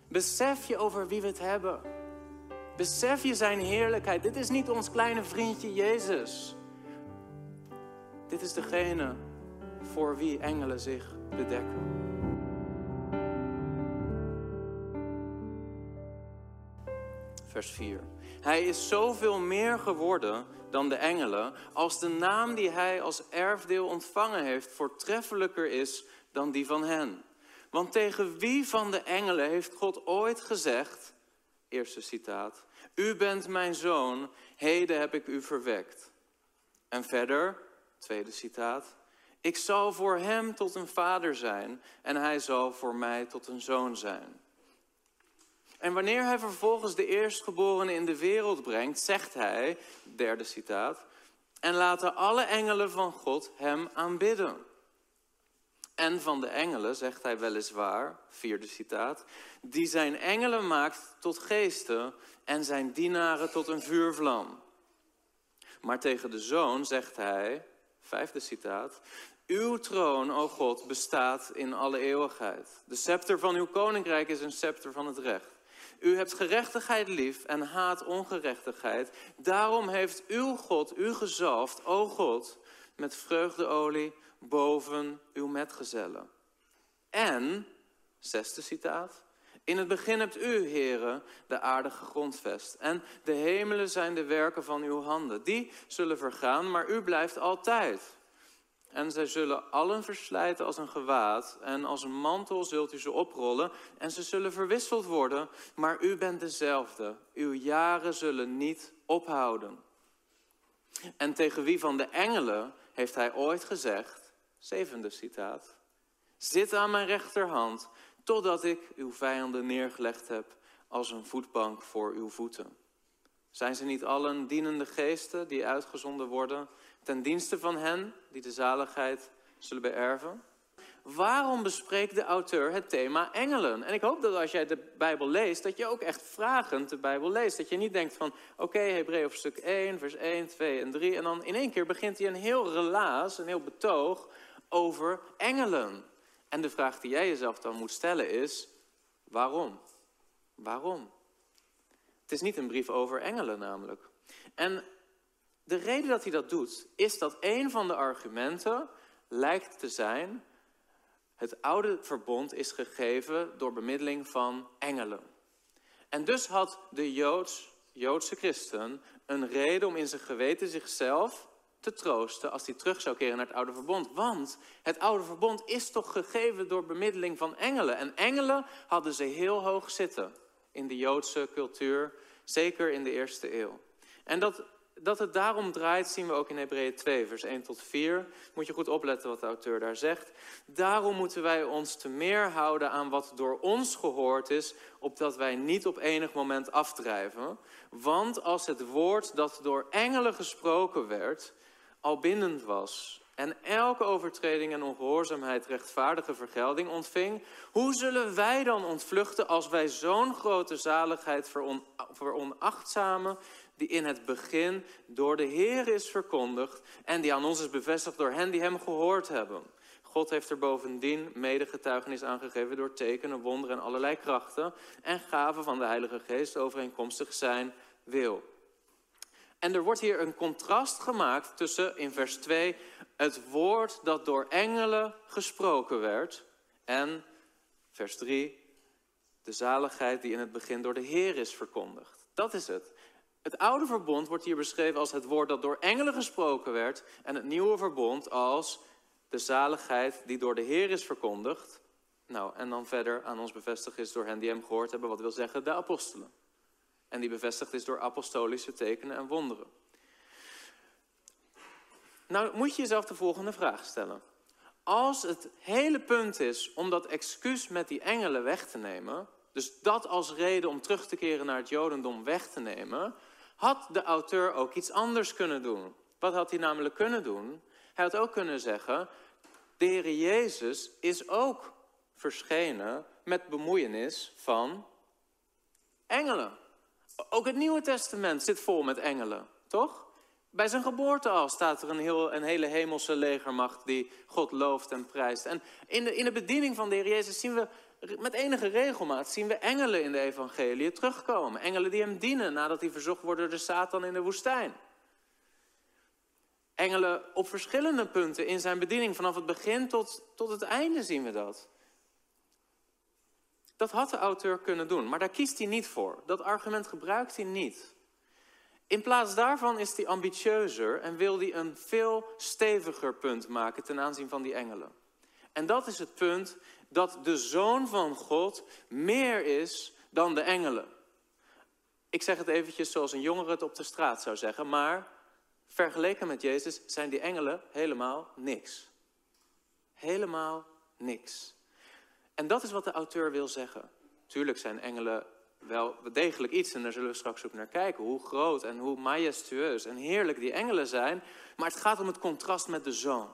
Besef je over wie we het hebben. Besef je zijn heerlijkheid. Dit is niet ons kleine vriendje Jezus. Dit is degene voor wie engelen zich bedekken. Vers 4. Hij is zoveel meer geworden dan de engelen, als de naam die hij als erfdeel ontvangen heeft voortreffelijker is dan die van hen. Want tegen wie van de engelen heeft God ooit gezegd, eerste citaat, u bent mijn zoon, heden heb ik u verwekt. En verder, tweede citaat, ik zal voor hem tot een vader zijn en hij zal voor mij tot een zoon zijn. En wanneer hij vervolgens de eerstgeborene in de wereld brengt, zegt hij, derde citaat, en laten alle engelen van God hem aanbidden. En van de engelen zegt hij weliswaar, vierde citaat, die zijn engelen maakt tot geesten en zijn dienaren tot een vuurvlam. Maar tegen de zoon zegt hij, vijfde citaat, uw troon, o God, bestaat in alle eeuwigheid. De scepter van uw koninkrijk is een scepter van het recht. U hebt gerechtigheid lief en haat ongerechtigheid. Daarom heeft uw God u gezalfd, o God, met vreugdeolie boven uw metgezellen. En, zesde citaat, in het begin hebt u, Heere, de aarde gegrondvest. En de hemelen zijn de werken van uw handen. Die zullen vergaan, maar u blijft altijd. En zij zullen allen verslijten als een gewaad. En als een mantel zult u ze oprollen. En ze zullen verwisseld worden. Maar u bent dezelfde. Uw jaren zullen niet ophouden. En tegen wie van de engelen heeft hij ooit gezegd, zevende citaat, zit aan mijn rechterhand, totdat ik uw vijanden neergelegd heb als een voetbank voor uw voeten. Zijn ze niet allen dienende geesten die uitgezonden worden ten dienste van hen die de zaligheid zullen beërven? Waarom bespreekt de auteur het thema engelen? En ik hoop dat als jij de Bijbel leest, dat je ook echt vragend de Bijbel leest. Dat je niet denkt van, oké, Hebreeën hoofdstuk 1, vers 1, 2 en 3. En dan in één keer begint hij een heel relaas, een heel betoog over engelen. En de vraag die jij jezelf dan moet stellen is, waarom? Waarom? Het is niet een brief over engelen namelijk. En de reden dat hij dat doet, is dat een van de argumenten lijkt te zijn, het oude verbond is gegeven door bemiddeling van engelen. En dus had de Joodse christen een reden om in zijn geweten zichzelf te troosten als hij terug zou keren naar het oude verbond. Want het oude verbond is toch gegeven door bemiddeling van engelen. En engelen hadden ze heel hoog zitten in de Joodse cultuur, zeker in de eerste eeuw. En dat het daarom draait, zien we ook in Hebreeën 2, vers 1 tot 4. Moet je goed opletten wat de auteur daar zegt. Daarom moeten wij ons te meer houden aan wat door ons gehoord is, opdat wij niet op enig moment afdrijven. Want als het woord dat door engelen gesproken werd, al bindend was, en elke overtreding en ongehoorzaamheid rechtvaardige vergelding ontving, hoe zullen wij dan ontvluchten als wij zo'n grote zaligheid veronachtzamen, die in het begin door de Heer is verkondigd en die aan ons is bevestigd door hen die hem gehoord hebben. God heeft er bovendien medegetuigenis aangegeven door tekenen, wonderen en allerlei krachten en gaven van de Heilige Geest overeenkomstig zijn wil. En er wordt hier een contrast gemaakt tussen, in vers 2, het woord dat door engelen gesproken werd en, vers 3, de zaligheid die in het begin door de Heer is verkondigd. Dat is het. Het oude verbond wordt hier beschreven als het woord dat door engelen gesproken werd en het nieuwe verbond als de zaligheid die door de Heer is verkondigd. Nou, en dan verder aan ons bevestigd is door hen die hem gehoord hebben, wat wil zeggen de apostelen. En die bevestigd is door apostolische tekenen en wonderen. Nou moet je jezelf de volgende vraag stellen. Als het hele punt is om dat excuus met die engelen weg te nemen, dus dat als reden om terug te keren naar het Jodendom weg te nemen, had de auteur ook iets anders kunnen doen. Wat had hij namelijk kunnen doen? Hij had ook kunnen zeggen, de Heer Jezus is ook verschenen met bemoeienis van engelen. Ook het Nieuwe Testament zit vol met engelen, toch? Bij zijn geboorte al staat er een hele hemelse legermacht die God looft en prijst. En in de bediening van de Heer Jezus zien we met enige regelmaat zien we engelen in de evangelie terugkomen. Engelen die hem dienen nadat hij verzocht wordt door de Satan in de woestijn. Engelen op verschillende punten in zijn bediening. Vanaf het begin tot het einde zien we dat. Dat had de auteur kunnen doen, maar daar kiest hij niet voor. Dat argument gebruikt hij niet. In plaats daarvan is hij ambitieuzer en wil hij een veel steviger punt maken ten aanzien van die engelen. En dat is het punt dat de Zoon van God meer is dan de engelen. Ik zeg het eventjes zoals een jongere het op de straat zou zeggen, maar vergeleken met Jezus zijn die engelen helemaal niks. Helemaal niks. En dat is wat de auteur wil zeggen. Tuurlijk zijn engelen wel degelijk iets, en daar zullen we straks ook naar kijken, hoe groot en hoe majestueus en heerlijk die engelen zijn, maar het gaat om het contrast met de Zoon.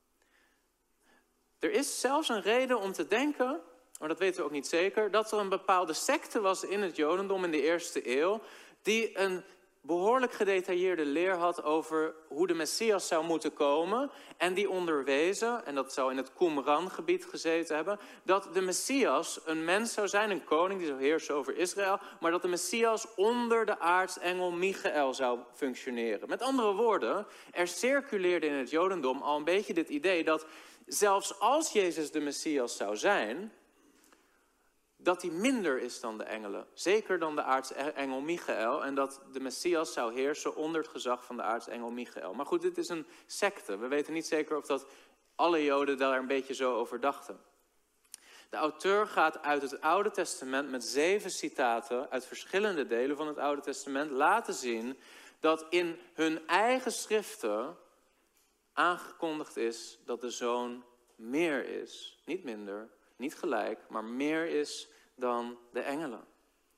Er is zelfs een reden om te denken, maar dat weten we ook niet zeker, dat er een bepaalde secte was in het Jodendom in de eerste eeuw, die een behoorlijk gedetailleerde leer had over hoe de Messias zou moeten komen. En die onderwezen, en dat zou in het Qumran-gebied gezeten hebben, dat de Messias een mens zou zijn, een koning die zou heersen over Israël, maar dat de Messias onder de aartsengel Michael zou functioneren. Met andere woorden, er circuleerde in het Jodendom al een beetje dit idee dat zelfs als Jezus de Messias zou zijn, dat hij minder is dan de engelen. Zeker dan de aartsengel Michael. En dat de Messias zou heersen onder het gezag van de aartsengel Michael. Maar goed, dit is een secte. We weten niet zeker of dat alle Joden daar een beetje zo over dachten. De auteur gaat uit het Oude Testament met 7 citaten uit verschillende delen van het Oude Testament laten zien dat in hun eigen schriften aangekondigd is dat de Zoon meer is. Niet minder, niet gelijk, maar meer is dan de engelen.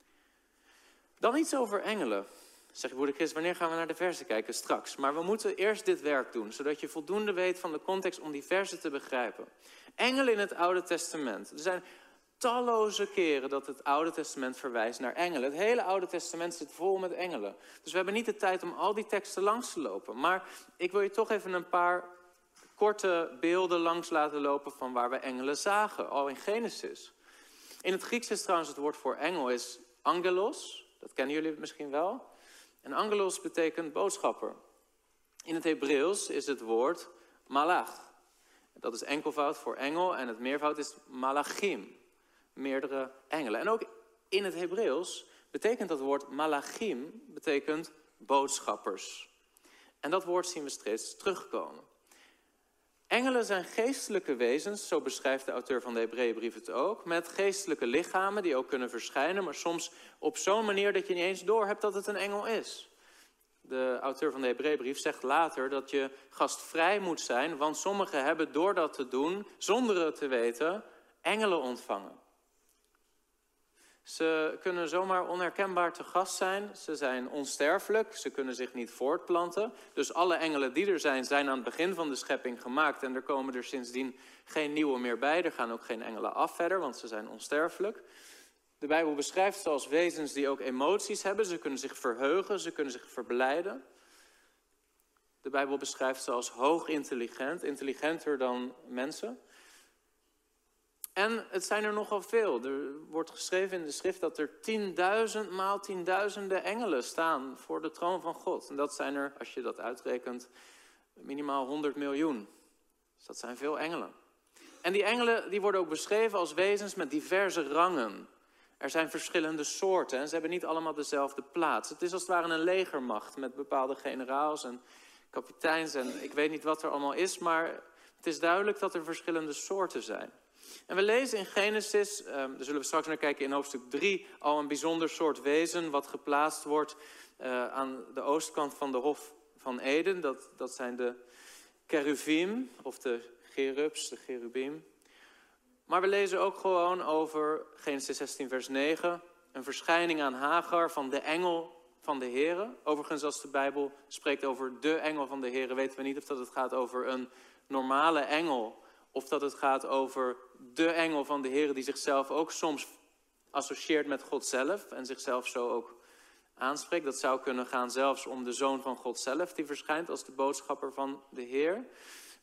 Dan iets over engelen. Zeg je, broeder Chris, wanneer gaan we naar de versen kijken? Straks. Maar we moeten eerst dit werk doen, zodat je voldoende weet van de context om die versen te begrijpen. Engelen in het Oude Testament. Er zijn talloze keren dat het Oude Testament verwijst naar engelen. Het hele Oude Testament zit vol met engelen. Dus we hebben niet de tijd om al die teksten langs te lopen. Maar ik wil je toch even een paar korte beelden langs laten lopen van waar we engelen zagen, al in Genesis. In het Grieks is trouwens het woord voor engel is angelos. Dat kennen jullie misschien wel. En angelos betekent boodschapper. In het Hebreeuws is het woord malach. Dat is enkelvoud voor engel en het meervoud is malachim. Meerdere engelen. En ook in het Hebreeuws betekent dat woord malachim betekent boodschappers. En dat woord zien we steeds terugkomen. Engelen zijn geestelijke wezens, zo beschrijft de auteur van de Hebreeënbrief het ook, met geestelijke lichamen die ook kunnen verschijnen, maar soms op zo'n manier dat je niet eens doorhebt dat het een engel is. De auteur van de Hebreeënbrief zegt later dat je gastvrij moet zijn, want sommigen hebben door dat te doen, zonder het te weten, engelen ontvangen. Ze kunnen zomaar onherkenbaar te gast zijn. Ze zijn onsterfelijk. Ze kunnen zich niet voortplanten. Dus alle engelen die er zijn, zijn aan het begin van de schepping gemaakt. En er komen er sindsdien geen nieuwe meer bij. Er gaan ook geen engelen af verder, want ze zijn onsterfelijk. De Bijbel beschrijft ze als wezens die ook emoties hebben. Ze kunnen zich verheugen, ze kunnen zich verblijden. De Bijbel beschrijft ze als hoog intelligent, intelligenter dan mensen. En het zijn er nogal veel. Er wordt geschreven in de schrift dat er 10.000 maal 10.000 engelen staan voor de troon van God. En dat zijn er, als je dat uitrekent, minimaal 100 miljoen. Dus dat zijn veel engelen. En die engelen die worden ook beschreven als wezens met diverse rangen. Er zijn verschillende soorten en ze hebben niet allemaal dezelfde plaats. Het is als het ware een legermacht met bepaalde generaals en kapiteins en ik weet niet wat er allemaal is, maar het is duidelijk dat er verschillende soorten zijn. En we lezen in Genesis, daar zullen we straks naar kijken in hoofdstuk 3, al een bijzonder soort wezen wat geplaatst wordt aan de oostkant van de Hof van Eden. Dat zijn de cherubim, of de cherubs, de cherubim. Maar we lezen ook gewoon over Genesis 16 vers 9, een verschijning aan Hagar van de engel van de Heere. Overigens, als de Bijbel spreekt over de engel van de Heere, weten we niet of dat het gaat over een normale engel, of dat het gaat over de engel van de Heere die zichzelf ook soms associeert met God zelf en zichzelf zo ook aanspreekt. Dat zou kunnen gaan zelfs om de Zoon van God zelf die verschijnt als de boodschapper van de Heer.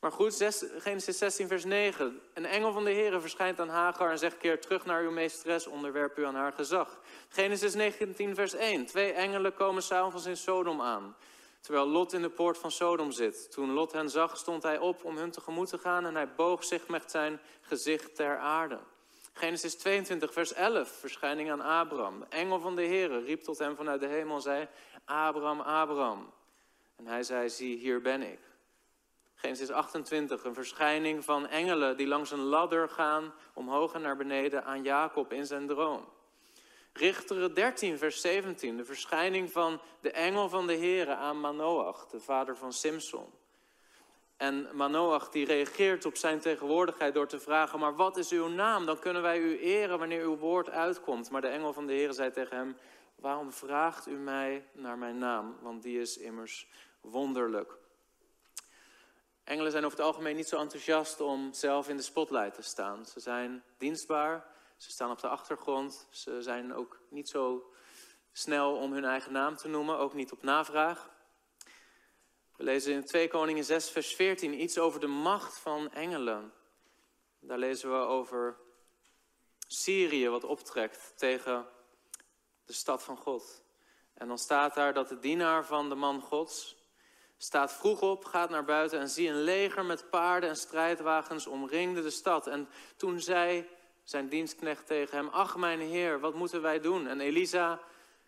Maar goed, Genesis 16 vers 9. Een engel van de Heere verschijnt aan Hagar en zegt: keer terug naar uw meesteres, onderwerp u aan haar gezag. Genesis 19 vers 1. 2 engelen komen 's avonds in Sodom aan, terwijl Lot in de poort van Sodom zit. Toen Lot hen zag, stond hij op om hun tegemoet te gaan en hij boog zich met zijn gezicht ter aarde. Genesis 22 vers 11, verschijning aan Abraham. De engel van de Heere riep tot hem vanuit de hemel en zei: Abraham, Abraham. En hij zei: zie, hier ben ik. Genesis 28, een verschijning van engelen die langs een ladder gaan, omhoog en naar beneden, aan Jacob in zijn droom. Richteren 13, vers 17, de verschijning van de engel van de Heere aan Manoach, de vader van Simson. En Manoach die reageert op zijn tegenwoordigheid door te vragen: maar wat is uw naam? Dan kunnen wij u eren wanneer uw woord uitkomt. Maar de engel van de Heere zei tegen hem: waarom vraagt u mij naar mijn naam? Want die is immers wonderlijk. Engelen zijn over het algemeen niet zo enthousiast om zelf in de spotlight te staan. Ze zijn dienstbaar, ze staan op de achtergrond. Ze zijn ook niet zo snel om hun eigen naam te noemen, ook niet op navraag. We lezen in 2 Koningen 6 vers 14 iets over de macht van engelen. Daar lezen we over Syrië wat optrekt tegen de stad van God. En dan staat daar dat de dienaar van de man Gods staat vroeg op, gaat naar buiten en zie een leger met paarden en strijdwagens omringde de stad. En toen zei zijn dienstknecht tegen hem: ach mijn heer, wat moeten wij doen? En Elisa,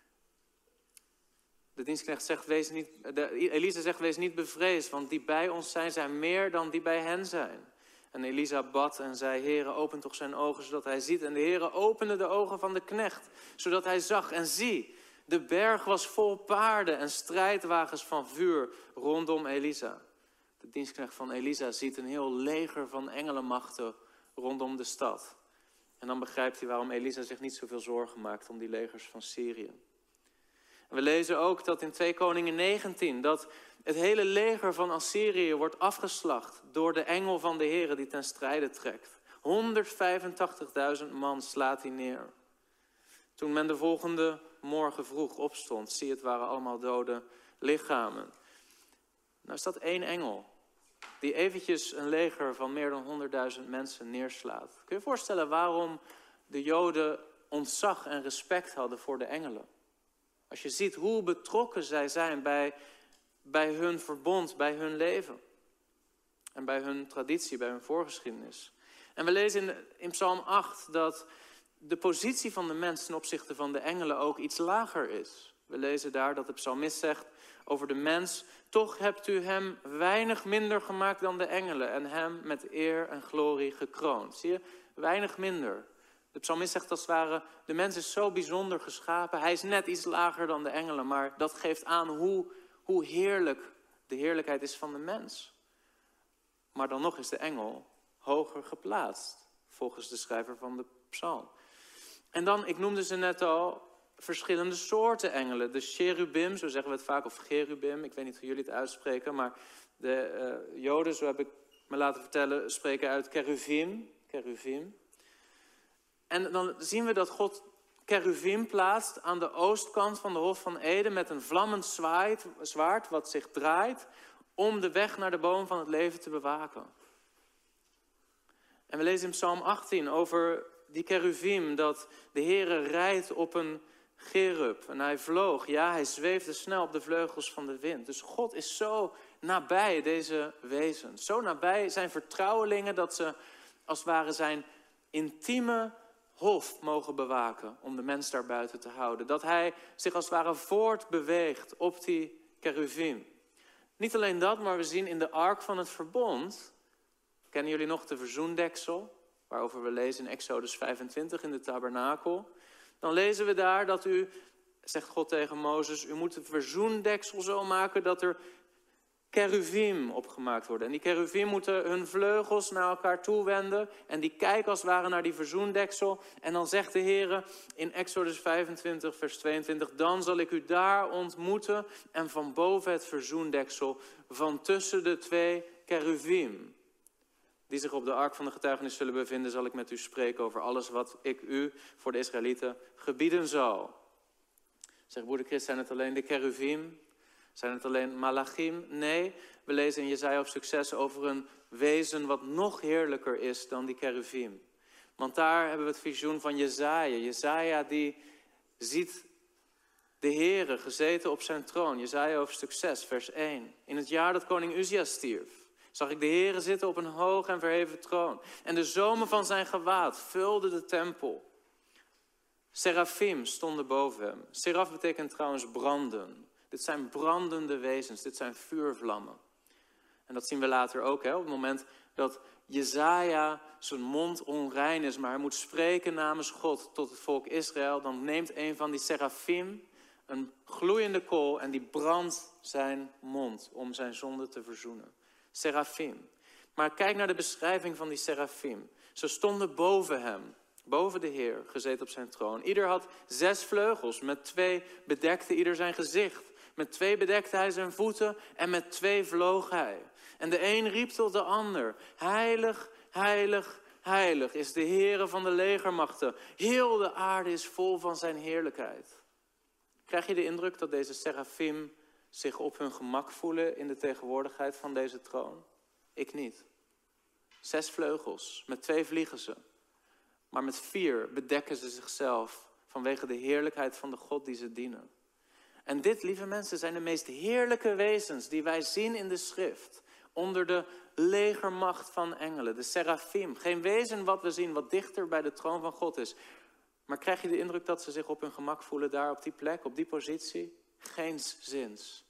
de dienstknecht zegt: Elisa zegt: wees niet bevreesd, want die bij ons zijn meer dan die bij hen zijn. En Elisa bad en zei: Heere, open toch zijn ogen zodat hij ziet. En de Heere opende de ogen van de knecht, zodat hij zag. En zie, de berg was vol paarden en strijdwagens van vuur rondom Elisa. De dienstknecht van Elisa ziet een heel leger van engelenmachten rondom de stad. En dan begrijpt hij waarom Elisa zich niet zoveel zorgen maakt om die legers van Syrië. En we lezen ook dat in 2 Koningen 19... dat het hele leger van Assyrië wordt afgeslacht door de engel van de Heere die ten strijde trekt. 185.000 man slaat hij neer. Toen men de volgende morgen vroeg opstond, zie het waren allemaal dode lichamen. Nou is dat 1 engel die eventjes een leger van meer dan 100.000 mensen neerslaat. Kun je je voorstellen waarom de Joden ontzag en respect hadden voor de engelen? Als je ziet hoe betrokken zij zijn bij hun verbond, bij hun leven. En bij hun traditie, bij hun voorgeschiedenis. En we lezen in Psalm 8 dat de positie van de mens ten opzichte van de engelen ook iets lager is. We lezen daar dat de psalmist zegt over de mens: toch hebt u hem weinig minder gemaakt dan de engelen en hem met eer en glorie gekroond. Zie je, weinig minder. De psalmist zegt als het ware: de mens is zo bijzonder geschapen. Hij is net iets lager dan de engelen, maar dat geeft aan hoe heerlijk de heerlijkheid is van de mens. Maar dan nog is de engel hoger geplaatst, volgens de schrijver van de psalm. En dan, ik noemde ze net al, verschillende soorten engelen. De cherubim, zo zeggen we het vaak, of cherubim. Ik weet niet hoe jullie het uitspreken, maar de Joden, zo heb ik me laten vertellen, spreken uit cheruvim. En dan zien we dat God cheruvim plaatst aan de oostkant van de Hof van Eden met een vlammend zwaard wat zich draait om de weg naar de boom van het leven te bewaken. En we lezen in Psalm 18 over die cheruvim dat de Heere rijdt op een cherub. En hij vloog, ja, hij zweefde snel op de vleugels van de wind. Dus God is zo nabij deze wezens. Zo nabij zijn vertrouwelingen dat ze als het ware zijn intieme hof mogen bewaken om de mens daar buiten te houden. Dat hij zich als het ware voortbeweegt op die cheruvim. Niet alleen dat, maar we zien in de ark van het verbond, kennen jullie nog de verzoendeksel, waarover we lezen in Exodus 25 in de tabernakel. Dan lezen we daar dat zegt God tegen Mozes, u moet het verzoendeksel zo maken dat er cheruvim opgemaakt worden. En die cheruvim moeten hun vleugels naar elkaar toe wenden en die kijken als het ware naar die verzoendeksel. En dan zegt de Heere in Exodus 25 vers 22, dan zal ik u daar ontmoeten en van boven het verzoendeksel, van tussen de 2 cheruvim die zich op de ark van de getuigenis zullen bevinden, zal ik met u spreken over alles wat ik u voor de Israëlieten gebieden zal. Zegt broeder Chris, zijn het alleen de cheruvim? Zijn het alleen malachim? Nee, we lezen in Jesaja hoofdstuk 6 over een wezen wat nog heerlijker is dan die keruvim. Want daar hebben we het visioen van Jesaja. Jesaja die ziet de Heere gezeten op zijn troon. Jesaja hoofdstuk 6 vers 1. In het jaar dat koning Uzia stierf, zag ik de Heere zitten op een hoog en verheven troon. En de zomen van zijn gewaad vulden de tempel. Serafim stonden boven hem. Seraf betekent trouwens branden. Dit zijn brandende wezens, dit zijn vuurvlammen. En dat zien we later ook, op het moment dat Jesaja zijn mond onrein is, maar hij moet spreken namens God tot het volk Israël. Dan neemt een van die serafim een gloeiende kool en die brandt zijn mond om zijn zonde te verzoenen. Serafim. Maar kijk naar de beschrijving van die serafim. Ze stonden boven hem, boven de Heer, gezeten op zijn troon. Ieder had 6 vleugels, met 2 bedekte ieder zijn gezicht. Met 2 bedekte hij zijn voeten en met 2 vloog hij. En de een riep tot de ander: heilig, heilig, heilig is de Heere van de legermachten. Heel de aarde is vol van zijn heerlijkheid. Krijg je de indruk dat deze serafim zich op hun gemak voelen in de tegenwoordigheid van deze troon? Ik niet. 6 vleugels, met 2 vliegen ze. Maar met 4 bedekken ze zichzelf vanwege de heerlijkheid van de God die ze dienen. En dit, lieve mensen, zijn de meest heerlijke wezens die wij zien in de schrift. Onder de legermacht van engelen, de serafim. Geen wezen wat we zien wat dichter bij de troon van God is. Maar krijg je de indruk dat ze zich op hun gemak voelen daar op die plek, op die positie? Geenszins.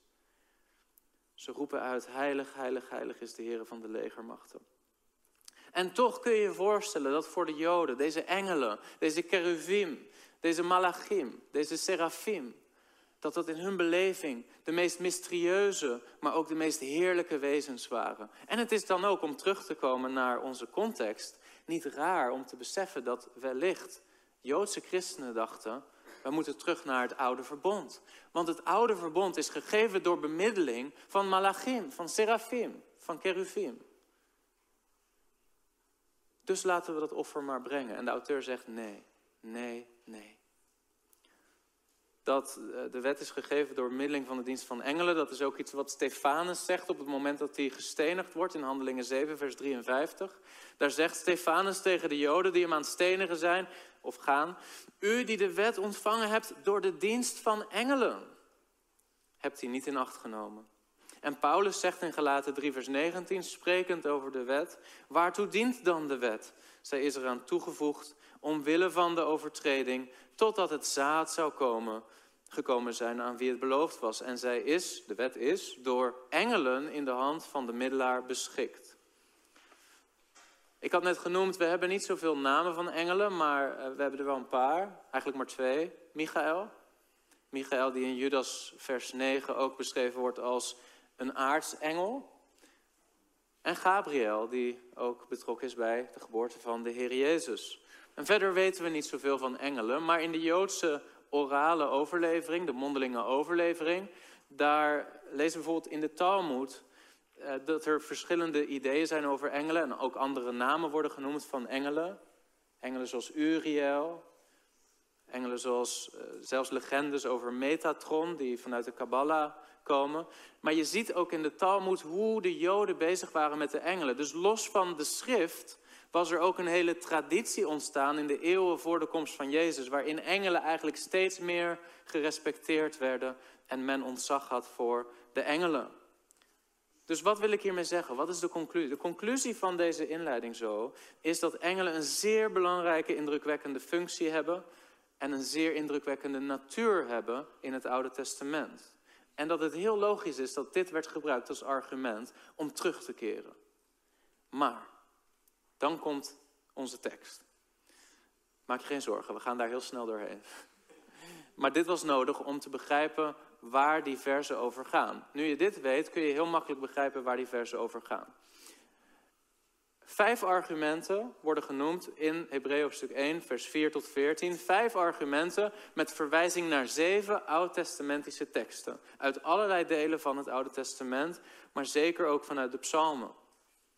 Ze roepen uit: heilig, heilig, heilig is de Heere van de legermachten. En toch kun je je voorstellen dat voor de Joden deze engelen, deze keruvim, deze malachim, deze serafim, dat in hun beleving de meest mysterieuze, maar ook de meest heerlijke wezens waren. En het is dan ook, om terug te komen naar onze context, niet raar om te beseffen dat wellicht Joodse christenen dachten: we moeten terug naar het oude verbond. Want het oude verbond is gegeven door bemiddeling van malachim, van serafim, van keruvim. Dus laten we dat offer maar brengen. En de auteur zegt nee, nee, nee. Dat de wet is gegeven door bemiddeling van de dienst van engelen. Dat is ook iets wat Stefanus zegt op het moment dat hij gestenigd wordt in Handelingen 7 vers 53. Daar zegt Stefanus tegen de Joden die hem aan het stenigen zijn of gaan: u die de wet ontvangen hebt door de dienst van engelen, hebt die niet in acht genomen. En Paulus zegt in Galaten 3 vers 19, sprekend over de wet: waartoe dient dan de wet? Zij is eraan toegevoegd omwille van de overtreding, totdat het zaad zou gekomen zijn aan wie het beloofd was. En zij is, de wet is, door engelen in de hand van de middelaar beschikt. Ik had net genoemd, we hebben niet zoveel namen van engelen, maar we hebben er wel een paar. Eigenlijk maar 2. Michael. Michael die in Judas vers 9 ook beschreven wordt als een aartsengel. En Gabriel die ook betrokken is bij de geboorte van de Heer Jezus. En verder weten we niet zoveel van engelen, maar in de Joodse orale overlevering, de mondelinge overlevering, daar lezen we bijvoorbeeld in de Talmud dat er verschillende ideeën zijn over engelen en ook andere namen worden genoemd van engelen. Engelen zoals Uriel, engelen zoals zelfs legendes over Metatron die vanuit de Kabbala komen. Maar je ziet ook in de Talmud hoe de Joden bezig waren met de engelen. Dus los van de schrift was er ook een hele traditie ontstaan in de eeuwen voor de komst van Jezus, waarin engelen eigenlijk steeds meer gerespecteerd werden en men ontzag had voor de engelen. Dus wat wil ik hiermee zeggen? Wat is de conclusie? De conclusie van deze inleiding zo is dat engelen een zeer belangrijke, indrukwekkende functie hebben en een zeer indrukwekkende natuur hebben in het Oude Testament. En dat het heel logisch is dat dit werd gebruikt als argument om terug te keren. Maar dan komt onze tekst. Maak je geen zorgen, we gaan daar heel snel doorheen. Maar dit was nodig om te begrijpen waar die verzen over gaan. Nu je dit weet, kun je heel makkelijk begrijpen waar die verzen over gaan. 5 argumenten worden genoemd in Hebreeën hoofdstuk 1, vers 4 tot 14. 5 argumenten met verwijzing naar 7 oud-testamentische teksten. Uit allerlei delen van het Oude Testament, maar zeker ook vanuit de psalmen.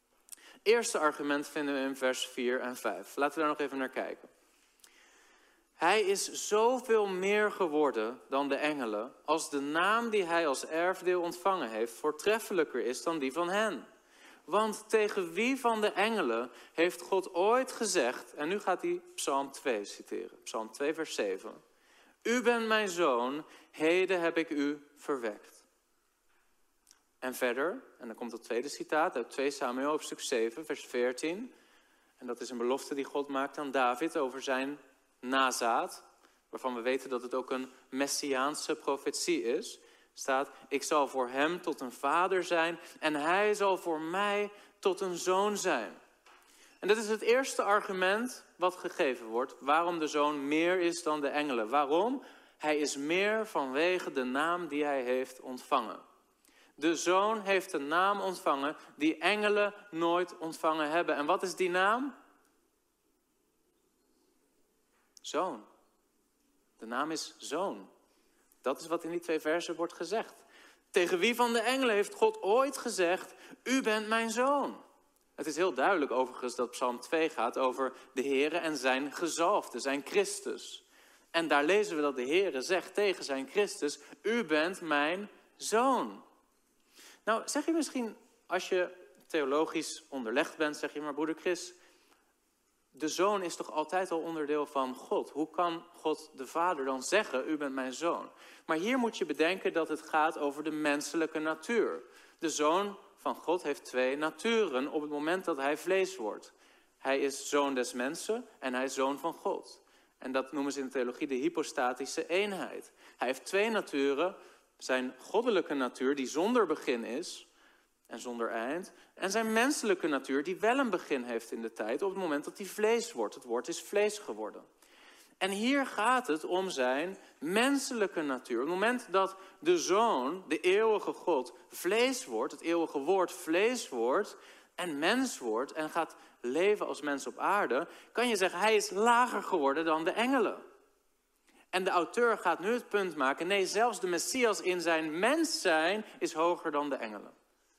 Eerste argument vinden we in vers 4 en 5. Laten we daar nog even naar kijken. Hij is zoveel meer geworden dan de engelen, als de naam die hij als erfdeel ontvangen heeft voortreffelijker is dan die van hen. Want tegen wie van de engelen heeft God ooit gezegd, en nu gaat hij Psalm 2 citeren, Psalm 2 vers 7. U bent mijn zoon, heden heb ik u verwekt. En verder, en dan komt het tweede citaat uit 2 Samuel hoofdstuk 7 vers 14. En dat is een belofte die God maakt aan David over zijn nazaat, waarvan we weten dat het ook een messiaanse profetie is. Staat, ik zal voor hem tot een vader zijn en hij zal voor mij tot een zoon zijn. En dat is het eerste argument wat gegeven wordt, waarom de zoon meer is dan de engelen. Waarom? Hij is meer vanwege de naam die hij heeft ontvangen. De zoon heeft een naam ontvangen die engelen nooit ontvangen hebben. En wat is die naam? Zoon. De naam is zoon. Dat is wat in die 2 versen wordt gezegd. Tegen wie van de engelen heeft God ooit gezegd, u bent mijn zoon? Het is heel duidelijk overigens dat Psalm 2 gaat over de Heere en zijn gezalfde, zijn Christus. En daar lezen we dat de Heere zegt tegen zijn Christus, u bent mijn zoon. Nou, zeg je misschien, als je theologisch onderlegd bent, zeg je maar, broeder Chris, de zoon is toch altijd al onderdeel van God? Hoe kan God de Vader dan zeggen, u bent mijn zoon? Maar hier moet je bedenken dat het gaat over de menselijke natuur. De zoon van God heeft 2 naturen op het moment dat hij vlees wordt. Hij is zoon des mensen en hij is zoon van God. En dat noemen ze in de theologie de hypostatische eenheid. Hij heeft 2 naturen, zijn goddelijke natuur die zonder begin is en zonder eind. En zijn menselijke natuur die wel een begin heeft in de tijd op het moment dat hij vlees wordt. Het woord is vlees geworden. En hier gaat het om zijn menselijke natuur. Op het moment dat de Zoon, de eeuwige God, vlees wordt, het eeuwige woord vlees wordt en mens wordt en gaat leven als mens op aarde, kan je zeggen, hij is lager geworden dan de engelen. En de auteur gaat nu het punt maken, nee, zelfs de Messias in zijn mens zijn is hoger dan de engelen.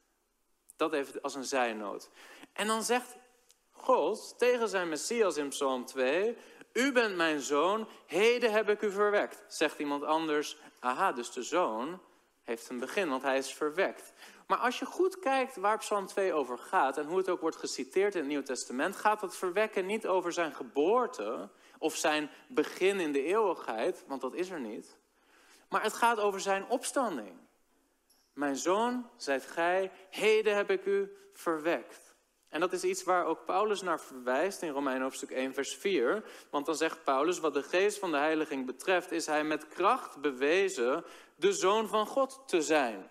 Dat even als een zijnoot. En dan zegt God tegen zijn Messias in Psalm 2, u bent mijn zoon, heden heb ik u verwekt. Zegt iemand anders, aha, dus de zoon heeft een begin, want hij is verwekt. Maar als je goed kijkt waar Psalm 2 over gaat en hoe het ook wordt geciteerd in het Nieuw Testament, gaat het verwekken niet over zijn geboorte of zijn begin in de eeuwigheid, want dat is er niet. Maar het gaat over zijn opstanding. Mijn zoon, zijt gij, heden heb ik u verwekt. En dat is iets waar ook Paulus naar verwijst in Romeinen hoofdstuk 1 vers 4. Want dan zegt Paulus, wat de geest van de heiliging betreft, is hij met kracht bewezen de zoon van God te zijn.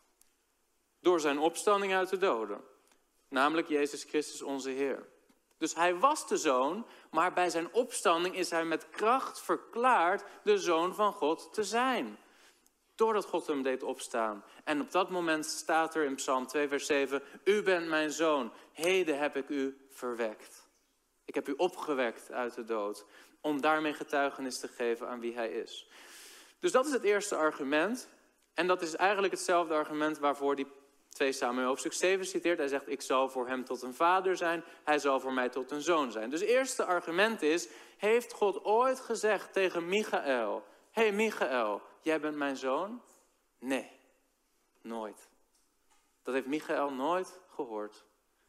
Door zijn opstanding uit de doden. Namelijk Jezus Christus onze Heer. Dus hij was de zoon, maar bij zijn opstanding is hij met kracht verklaard de zoon van God te zijn. Doordat God hem deed opstaan. En op dat moment staat er in Psalm 2 vers 7, u bent mijn zoon, heden heb ik u verwekt. Ik heb u opgewekt uit de dood, om daarmee getuigenis te geven aan wie hij is. Dus dat is het eerste argument. En dat is eigenlijk hetzelfde argument waarvoor die 2 Samuel hoofdstuk 7 citeert. Hij zegt, ik zal voor hem tot een vader zijn, hij zal voor mij tot een zoon zijn. Dus het eerste argument is, heeft God ooit gezegd tegen Michaël, hey Michaël, jij bent mijn zoon? Nee, nooit. Dat heeft Michaël nooit gehoord.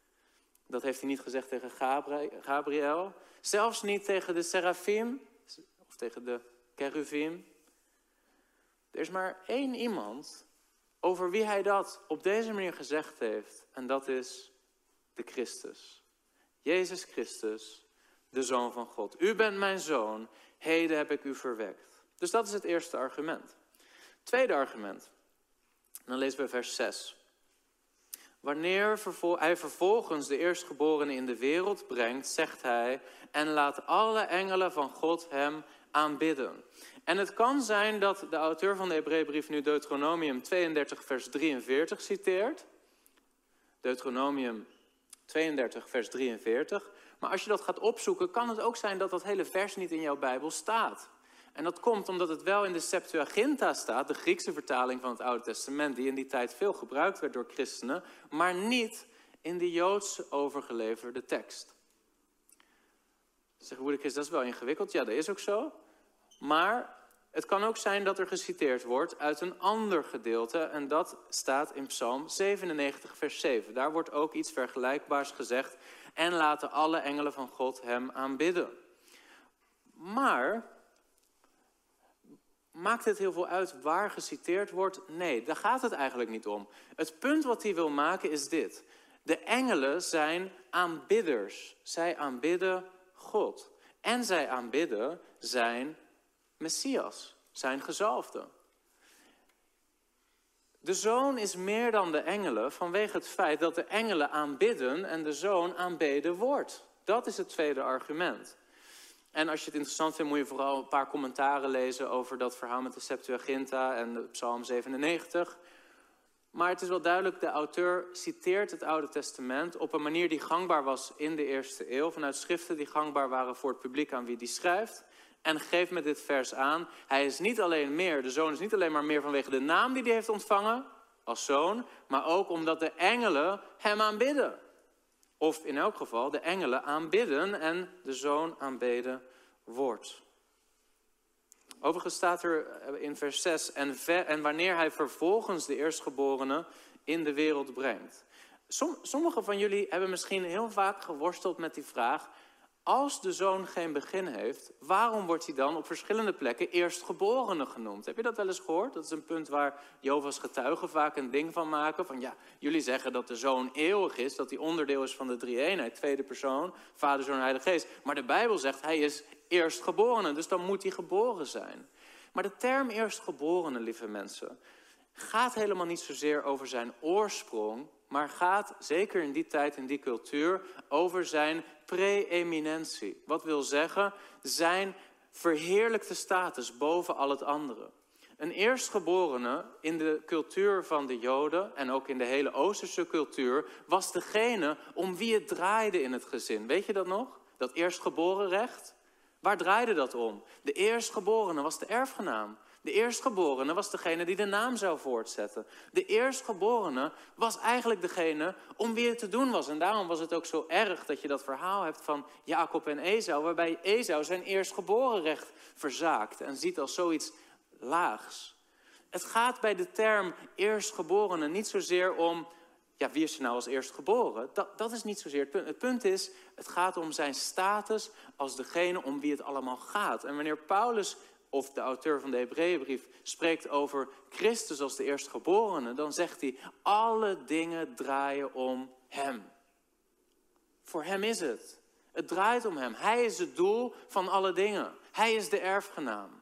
Dat heeft hij niet gezegd tegen Gabriel. Zelfs niet tegen de Serafim of tegen de Cheruvim. Er is maar 1 iemand over wie hij dat op deze manier gezegd heeft. En dat is de Christus. Jezus Christus, de Zoon van God. U bent mijn zoon, heden heb ik u verwekt. Dus dat is het eerste argument. Tweede argument. En dan lezen we vers 6. Wanneer hij vervolgens de eerstgeborene in de wereld brengt, zegt hij, en laat alle engelen van God hem aanbidden. En het kan zijn dat de auteur van de Hebreeënbrief nu Deuteronomium 32 vers 43 citeert. Deuteronomium 32 vers 43. Maar als je dat gaat opzoeken, kan het ook zijn dat dat hele vers niet in jouw Bijbel staat. En dat komt omdat het wel in de Septuaginta staat, de Griekse vertaling van het Oude Testament, die in die tijd veel gebruikt werd door christenen, maar niet in de Joods overgeleverde tekst. Zeg, broeder Chris, dat is wel ingewikkeld. Ja, dat is ook zo. Maar het kan ook zijn dat er geciteerd wordt uit een ander gedeelte. En dat staat in Psalm 97, vers 7. Daar wordt ook iets vergelijkbaars gezegd. En laten alle engelen van God hem aanbidden. Maar maakt het heel veel uit waar geciteerd wordt? Nee, daar gaat het eigenlijk niet om. Het punt wat hij wil maken is dit. De engelen zijn aanbidders. Zij aanbidden God. En zij aanbidden zijn Messias, zijn gezalfde. De Zoon is meer dan de engelen vanwege het feit dat de engelen aanbidden en de Zoon aanbeden wordt. Dat is het tweede argument. En als je het interessant vindt, moet je vooral een paar commentaren lezen over dat verhaal met de Septuaginta en de Psalm 97. Maar het is wel duidelijk, de auteur citeert het Oude Testament op een manier die gangbaar was in de eerste eeuw, vanuit schriften die gangbaar waren voor het publiek aan wie die schrijft. En geeft met dit vers aan, hij is niet alleen meer, de Zoon is niet alleen maar meer vanwege de naam die hij heeft ontvangen als Zoon, maar ook omdat de engelen hem aanbidden. Of in elk geval de engelen aanbidden en de Zoon aanbeden wordt. Overigens staat er in vers 6, en wanneer hij vervolgens de eerstgeborene in de wereld brengt. Sommigen van jullie hebben misschien heel vaak geworsteld met die vraag, als de Zoon geen begin heeft, waarom wordt hij dan op verschillende plekken eerstgeborene genoemd? Heb je dat wel eens gehoord? Dat is een punt waar Jehovah's getuigen vaak een ding van maken. Van ja, jullie zeggen dat de Zoon eeuwig is, dat hij onderdeel is van de drie-eenheid, tweede persoon, Vader, Zoon en Heilige Geest. Maar de Bijbel zegt, hij is eerstgeborene, dus dan moet hij geboren zijn. Maar de term eerstgeborene, lieve mensen, gaat helemaal niet zozeer over zijn oorsprong, maar gaat, zeker in die tijd, in die cultuur, over zijn preeminentie. Wat wil zeggen, zijn verheerlijkte status boven al het andere. Een eerstgeborene in de cultuur van de Joden en ook in de hele Oosterse cultuur was degene om wie het draaide in het gezin. Weet je dat nog? Dat eerstgeboren recht? Waar draaide dat om? De eerstgeborene was de erfgenaam. De eerstgeborene was degene die de naam zou voortzetten. De eerstgeborene was eigenlijk degene om wie het te doen was. En daarom was het ook zo erg dat je dat verhaal hebt van Jacob en Esau, waarbij Esau zijn eerstgeboren recht verzaakt en ziet als zoiets laags. Het gaat bij de term eerstgeborene niet zozeer om, ja, wie is er nou als eerstgeboren? Dat is niet zozeer het punt. Het punt is, het gaat om zijn status als degene om wie het allemaal gaat. En wanneer Paulus, of de auteur van de Hebreeënbrief, spreekt over Christus als de eerstgeborene, dan zegt hij, alle dingen draaien om hem. Voor hem is het. Het draait om hem. Hij is het doel van alle dingen. Hij is de erfgenaam.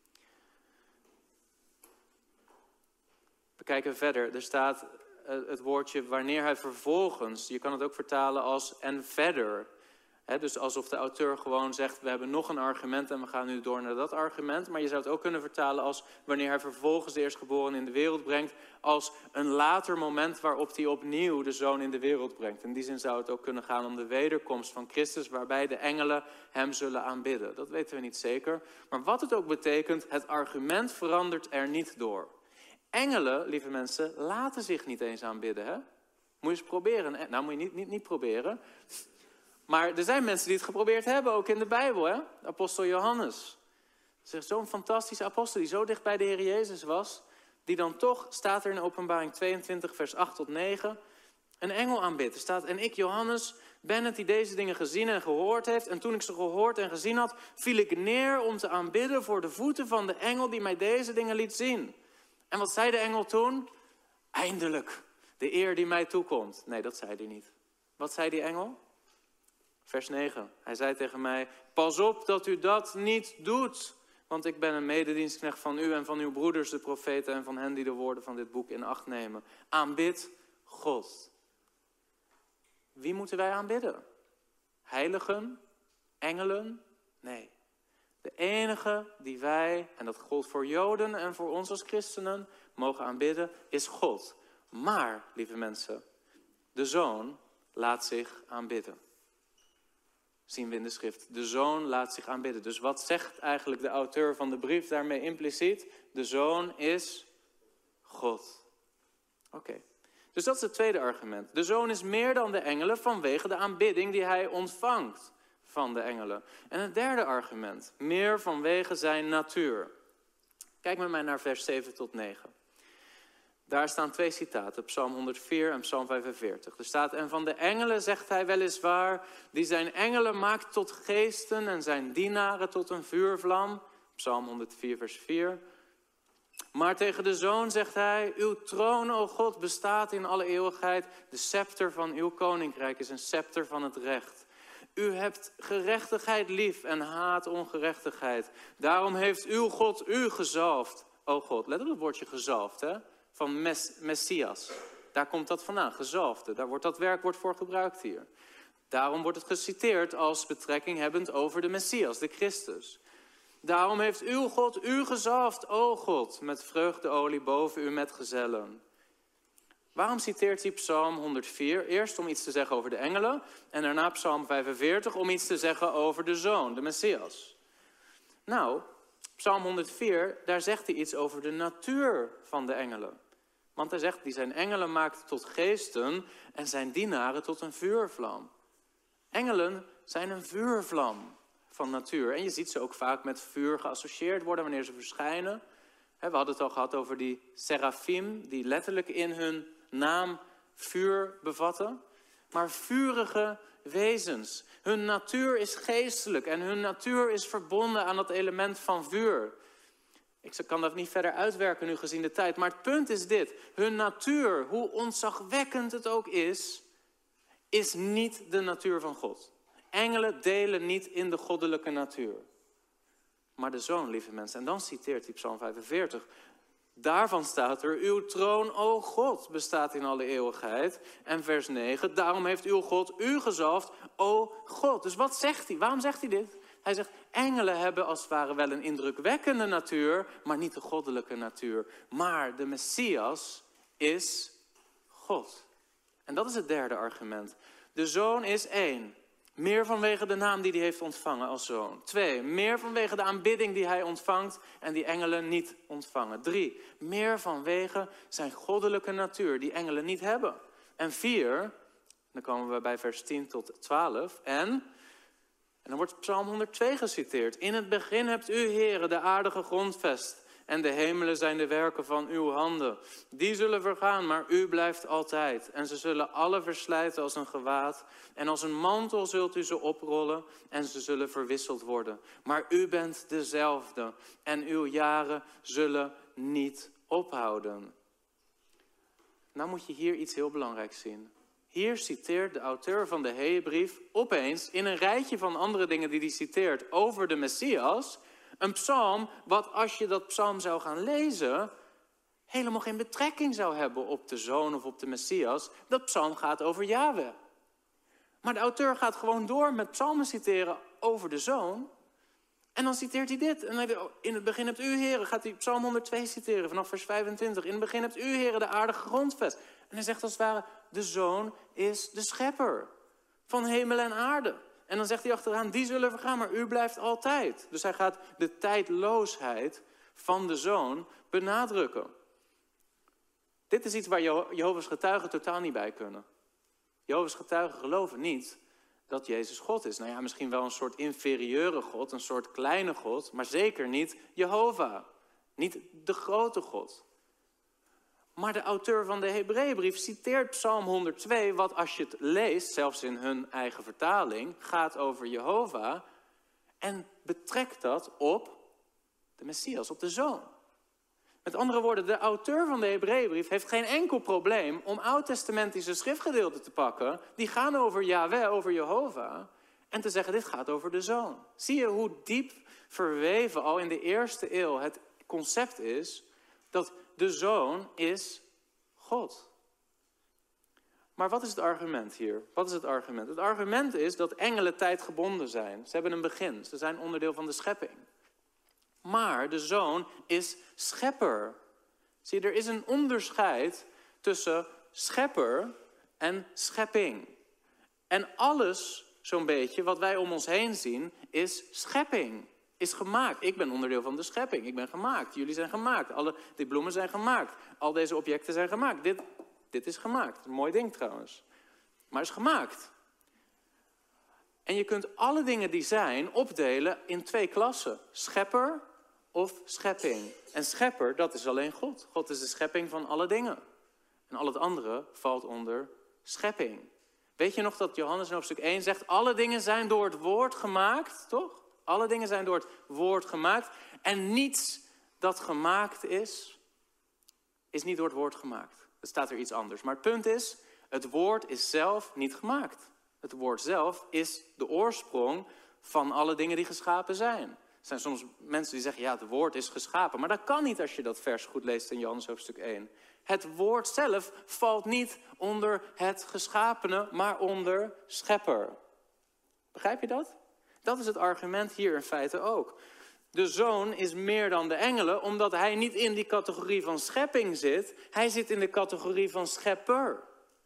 We kijken verder. Er staat het woordje wanneer hij vervolgens. Je kan het ook vertalen als en verder. Dus alsof de auteur gewoon zegt, we hebben nog een argument en we gaan nu door naar dat argument. Maar je zou het ook kunnen vertalen als wanneer hij vervolgens de eerstgeborene in de wereld brengt, als een later moment waarop hij opnieuw de Zoon in de wereld brengt. In die zin zou het ook kunnen gaan om de wederkomst van Christus, waarbij de engelen hem zullen aanbidden. Dat weten we niet zeker. Maar wat het ook betekent, het argument verandert er niet door. Engelen, lieve mensen, laten zich niet eens aanbidden. Hè? Moet je eens proberen. Nou, moet je niet proberen. Maar er zijn mensen die het geprobeerd hebben, ook in de Bijbel. Hè? De apostel Johannes. Zo'n fantastische apostel die zo dicht bij de Heer Jezus was. Die dan toch, staat er in Openbaring 22 vers 8 tot 9, een engel aanbidt. Er staat, en ik Johannes ben het die deze dingen gezien en gehoord heeft. En toen ik ze gehoord en gezien had, viel ik neer om te aanbidden voor de voeten van de engel die mij deze dingen liet zien. En wat zei de engel toen? Eindelijk, de eer die mij toekomt. Nee, dat zei hij niet. Wat zei die engel? Vers 9. Hij zei tegen mij, pas op dat u dat niet doet. Want ik ben een mededienstknecht van u en van uw broeders, de profeten, en van hen die de woorden van dit boek in acht nemen. Aanbid God. Wie moeten wij aanbidden? Heiligen? Engelen? Nee. De enige die wij, en dat gold voor Joden en voor ons als christenen, mogen aanbidden, is God. Maar, lieve mensen, de Zoon laat zich aanbidden. Zien we in de schrift. De Zoon laat zich aanbidden. Dus wat zegt eigenlijk de auteur van de brief daarmee impliciet? De Zoon is God. Oké. Dus dat is het tweede argument. De Zoon is meer dan de engelen vanwege de aanbidding die hij ontvangt van de engelen. En het derde argument, meer vanwege zijn natuur. Kijk met mij naar vers 7 tot 9. Daar staan 2 citaten, Psalm 104 en Psalm 45. Er staat, en van de engelen zegt hij weliswaar, die zijn engelen maakt tot geesten en zijn dienaren tot een vuurvlam. Psalm 104 vers 4. Maar tegen de Zoon zegt hij, uw troon, o God, bestaat in alle eeuwigheid. De scepter van uw koninkrijk is een scepter van het recht. U hebt gerechtigheid lief en haat ongerechtigheid. Daarom heeft uw God u gezalfd, o God. Let op het woordje gezalfd, hè? Van Messias. Daar komt dat vandaan, gezalfde. Daar wordt dat werkwoord voor gebruikt hier. Daarom wordt het geciteerd als betrekking hebbend over de Messias, de Christus. Daarom heeft uw God u gezalfd, o God, met vreugdeolie boven u met gezellen. Waarom citeert hij Psalm 104? Eerst om iets te zeggen over de engelen en daarna Psalm 45 om iets te zeggen over de Zoon, de Messias. Nou, Psalm 104, daar zegt hij iets over de natuur van de engelen. Want hij zegt, die zijn engelen maakt tot geesten en zijn dienaren tot een vuurvlam. Engelen zijn een vuurvlam van natuur. En je ziet ze ook vaak met vuur geassocieerd worden wanneer ze verschijnen. We hadden het al gehad over die serafim, die letterlijk in hun naam vuur bevatten. Maar vurige wezens. Hun natuur is geestelijk en hun natuur is verbonden aan dat element van vuur. Ik kan dat niet verder uitwerken nu gezien de tijd. Maar het punt is dit. Hun natuur, hoe ontzagwekkend het ook is niet de natuur van God. Engelen delen niet in de goddelijke natuur. Maar de Zoon, lieve mensen. En dan citeert hij Psalm 45. Daarvan staat er, uw troon, o God, bestaat in alle eeuwigheid. En vers 9, daarom heeft uw God u gezalfd, o God. Dus wat zegt hij? Waarom zegt hij dit? Hij zegt, engelen hebben als het ware wel een indrukwekkende natuur, maar niet de goddelijke natuur. Maar de Messias is God. En dat is het derde argument. De Zoon is 1. Meer vanwege de naam die hij heeft ontvangen als zoon. 2. Meer vanwege de aanbidding die hij ontvangt en die engelen niet ontvangen. 3. Meer vanwege zijn goddelijke natuur die engelen niet hebben. En 4. Dan komen we bij vers 10 tot 12. En dan wordt Psalm 102 geciteerd. In het begin hebt u, Heere, de aarde gegrondvest. En de hemelen zijn de werken van uw handen. Die zullen vergaan, maar u blijft altijd. En ze zullen alle verslijten als een gewaad. En als een mantel zult u ze oprollen en ze zullen verwisseld worden. Maar u bent dezelfde en uw jaren zullen niet ophouden. Nou moet je hier iets heel belangrijks zien. Hier citeert de auteur van de Hebreeënbrief opeens in een rijtje van andere dingen die hij citeert over de Messias, een psalm wat als je dat psalm zou gaan lezen helemaal geen betrekking zou hebben op de Zoon of op de Messias. Dat psalm gaat over Yahweh. Maar de auteur gaat gewoon door met psalmen citeren over de Zoon. En dan citeert hij dit. En in het begin hebt u, Heere, gaat hij Psalm 102 citeren vanaf vers 25. In het begin hebt u, Heere, de aarde gegrondvest. En hij zegt als het ware, de Zoon is de schepper van hemel en aarde. En dan zegt hij achteraan, die zullen vergaan, maar u blijft altijd. Dus hij gaat de tijdloosheid van de Zoon benadrukken. Dit is iets waar Jehovah's getuigen totaal niet bij kunnen. Jehovah's getuigen geloven niet dat Jezus God is. Nou ja, misschien wel een soort inferieure God, een soort kleine God, maar zeker niet Jehovah. Niet de grote God. Maar de auteur van de Hebreeënbrief citeert Psalm 102, wat als je het leest, zelfs in hun eigen vertaling, gaat over Jehovah en betrekt dat op de Messias, op de Zoon. Met andere woorden, de auteur van de Hebreeënbrief heeft geen enkel probleem om oud-testamentische schriftgedeelten te pakken, die gaan over Yahweh, over Jehovah, en te zeggen, dit gaat over de Zoon. Zie je hoe diep verweven al in de eerste eeuw het concept is dat de Zoon is God. Maar wat is het argument hier? Wat is het argument? Het argument is dat engelen tijdgebonden zijn. Ze hebben een begin. Ze zijn onderdeel van de schepping. Maar de Zoon is schepper. Zie je, er is een onderscheid tussen schepper en schepping. En alles, zo'n beetje, wat wij om ons heen zien, is schepping. Is gemaakt. Ik ben onderdeel van de schepping. Ik ben gemaakt. Jullie zijn gemaakt. Die bloemen zijn gemaakt. Al deze objecten zijn gemaakt. Dit is gemaakt. Een mooi ding trouwens. Maar is gemaakt. En je kunt alle dingen die zijn opdelen in 2 klassen. Schepper of schepping. En schepper, dat is alleen God. God is de schepping van alle dingen. En al het andere valt onder schepping. Weet je nog dat Johannes in hoofdstuk 1 zegt, alle dingen zijn door het woord gemaakt, toch? Alle dingen zijn door het woord gemaakt. En niets dat gemaakt is niet door het woord gemaakt. Er staat er iets anders. Maar het punt is, het woord is zelf niet gemaakt. Het woord zelf is de oorsprong van alle dingen die geschapen zijn. Er zijn soms mensen die zeggen, ja, het woord is geschapen. Maar dat kan niet als je dat vers goed leest in Johannes hoofdstuk 1. Het woord zelf valt niet onder het geschapene, maar onder schepper. Begrijp je dat? Dat is het argument hier in feite ook. De zoon is meer dan de engelen, omdat hij niet in die categorie van schepping zit. Hij zit in de categorie van schepper.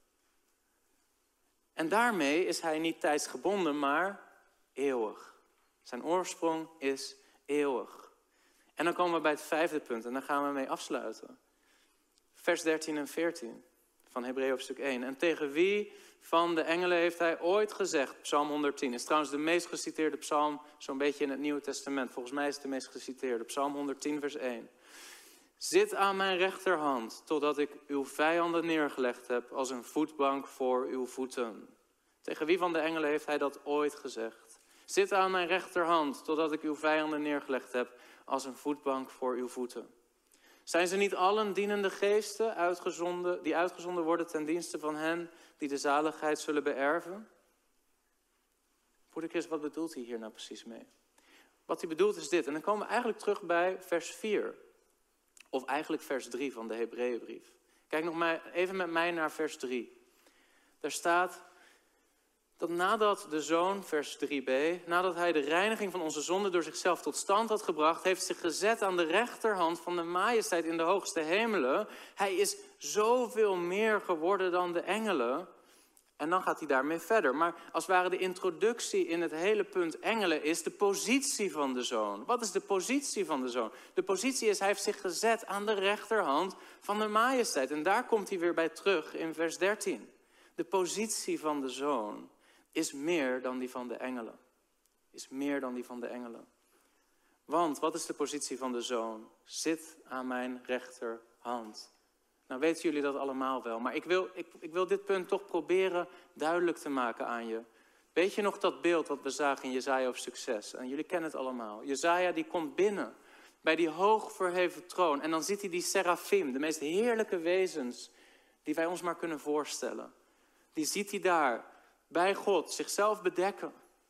En daarmee is hij niet tijdsgebonden, maar eeuwig. Zijn oorsprong is eeuwig. En dan komen we bij het 5e punt en daar gaan we mee afsluiten. Vers 13 en 14 van Hebreeën hoofdstuk 1. En tegen wie van de engelen heeft hij ooit gezegd, Psalm 110. Is trouwens de meest geciteerde psalm zo'n beetje in het Nieuwe Testament. Volgens mij is het de meest geciteerde. Psalm 110 vers 1. Zit aan mijn rechterhand, totdat ik uw vijanden neergelegd heb als een voetbank voor uw voeten. Tegen wie van de engelen heeft hij dat ooit gezegd? Zit aan mijn rechterhand, totdat ik uw vijanden neergelegd heb als een voetbank voor uw voeten. Zijn ze niet allen dienende geesten die uitgezonden worden ten dienste van hen die de zaligheid zullen beërven? Broeder Chris, wat bedoelt hij hier nou precies mee? Wat hij bedoelt is dit. En dan komen we eigenlijk terug bij vers 4. Of eigenlijk vers 3 van de Hebreeënbrief. Kijk nog maar even met mij naar vers 3. Daar staat dat nadat de zoon, vers 3b, nadat hij de reiniging van onze zonde door zichzelf tot stand had gebracht, heeft zich gezet aan de rechterhand van de majesteit in de hoogste hemelen. Hij is zoveel meer geworden dan de engelen. En dan gaat hij daarmee verder. Maar als het ware de introductie in het hele punt engelen is de positie van de zoon. Wat is de positie van de zoon? De positie is, hij heeft zich gezet aan de rechterhand van de majesteit. En daar komt hij weer bij terug in vers 13. De positie van de zoon is meer dan die van de engelen. Is meer dan die van de engelen. Want, wat is de positie van de zoon? Zit aan mijn rechterhand. Nou weten jullie dat allemaal wel. Maar ik wil dit punt toch proberen duidelijk te maken aan je. Weet je nog dat beeld wat we zagen in Jesaja hoofdstuk 6? En jullie kennen het allemaal. Jesaja die komt binnen bij die hoog verheven troon. En dan ziet hij die serafim, de meest heerlijke wezens die wij ons maar kunnen voorstellen. Die ziet hij daar bij God zichzelf bedekken.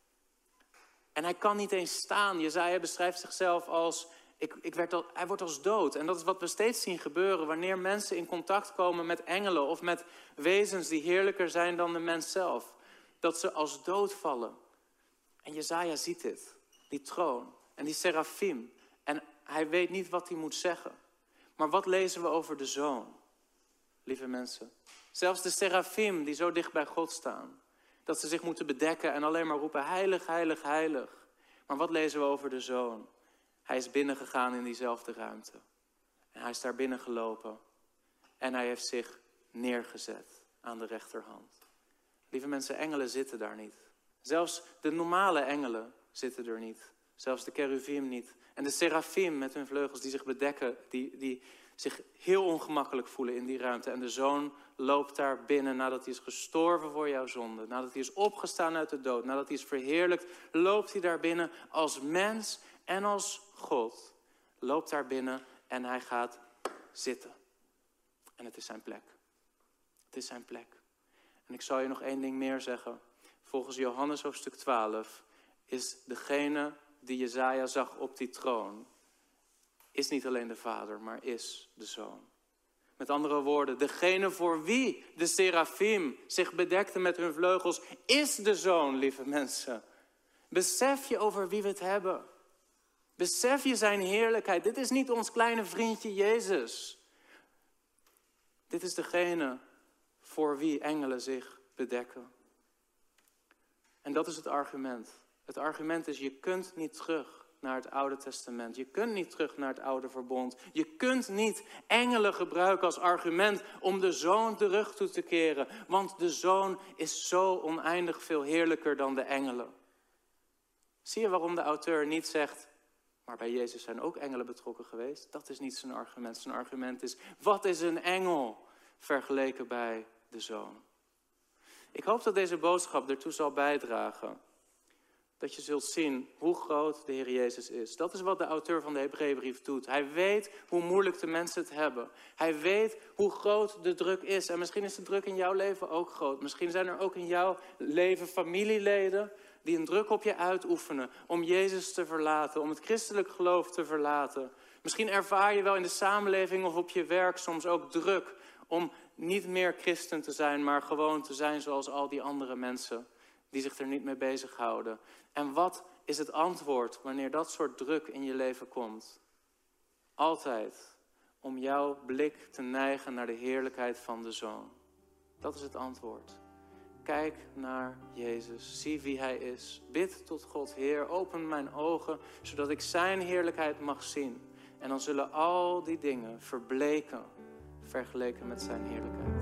En hij kan niet eens staan. Jesaja beschrijft zichzelf als, hij wordt als dood. En dat is wat we steeds zien gebeuren wanneer mensen in contact komen met engelen of met wezens die heerlijker zijn dan de mens zelf. Dat ze als dood vallen. En Jesaja ziet dit, die troon en die serafim. En hij weet niet wat hij moet zeggen. Maar wat lezen we over de zoon, lieve mensen? Zelfs de serafim die zo dicht bij God staan. Dat ze zich moeten bedekken en alleen maar roepen, heilig, heilig, heilig. Maar wat lezen we over de zoon? Hij is binnengegaan in diezelfde ruimte. En hij is daar binnen gelopen. En hij heeft zich neergezet aan de rechterhand. Lieve mensen, engelen zitten daar niet. Zelfs de normale engelen zitten er niet. Zelfs de cherubim niet. En de serafim met hun vleugels die zich bedekken, die zich heel ongemakkelijk voelen in die ruimte. En de zoon loopt daar binnen nadat hij is gestorven voor jouw zonde. Nadat hij is opgestaan uit de dood. Nadat hij is verheerlijkt, loopt hij daar binnen als mens en als God. Loopt daar binnen en hij gaat zitten. En het is zijn plek. Het is zijn plek. En ik zal je nog één ding meer zeggen. Volgens Johannes hoofdstuk 12 is degene die Jesaja zag op die troon, is niet alleen de Vader, maar is de Zoon. Met andere woorden, degene voor wie de serafim zich bedekte met hun vleugels, is de Zoon, lieve mensen. Besef je over wie we het hebben. Besef je zijn heerlijkheid. Dit is niet ons kleine vriendje Jezus. Dit is degene voor wie engelen zich bedekken. En dat is het argument. Het argument is, je kunt niet terug naar het Oude Testament. Je kunt niet terug naar het Oude Verbond. Je kunt niet engelen gebruiken als argument om de Zoon terug toe te keren. Want de Zoon is zo oneindig veel heerlijker dan de engelen. Zie je waarom de auteur niet zegt, maar bij Jezus zijn ook engelen betrokken geweest? Dat is niet zijn argument. Zijn argument is, wat is een engel vergeleken bij de Zoon? Ik hoop dat deze boodschap ertoe zal bijdragen. Dat je zult zien hoe groot de Heer Jezus is. Dat is wat de auteur van de Hebreeënbrief doet. Hij weet hoe moeilijk de mensen het hebben. Hij weet hoe groot de druk is. En misschien is de druk in jouw leven ook groot. Misschien zijn er ook in jouw leven familieleden die een druk op je uitoefenen om Jezus te verlaten, om het christelijk geloof te verlaten. Misschien ervaar je wel in de samenleving of op je werk soms ook druk om niet meer christen te zijn, maar gewoon te zijn zoals al die andere mensen die zich er niet mee bezighouden. En wat is het antwoord wanneer dat soort druk in je leven komt? Altijd om jouw blik te neigen naar de heerlijkheid van de Zoon. Dat is het antwoord. Kijk naar Jezus, zie wie Hij is. Bid tot God, Heer, open mijn ogen, zodat ik zijn heerlijkheid mag zien. En dan zullen al die dingen verbleken, vergeleken met zijn heerlijkheid.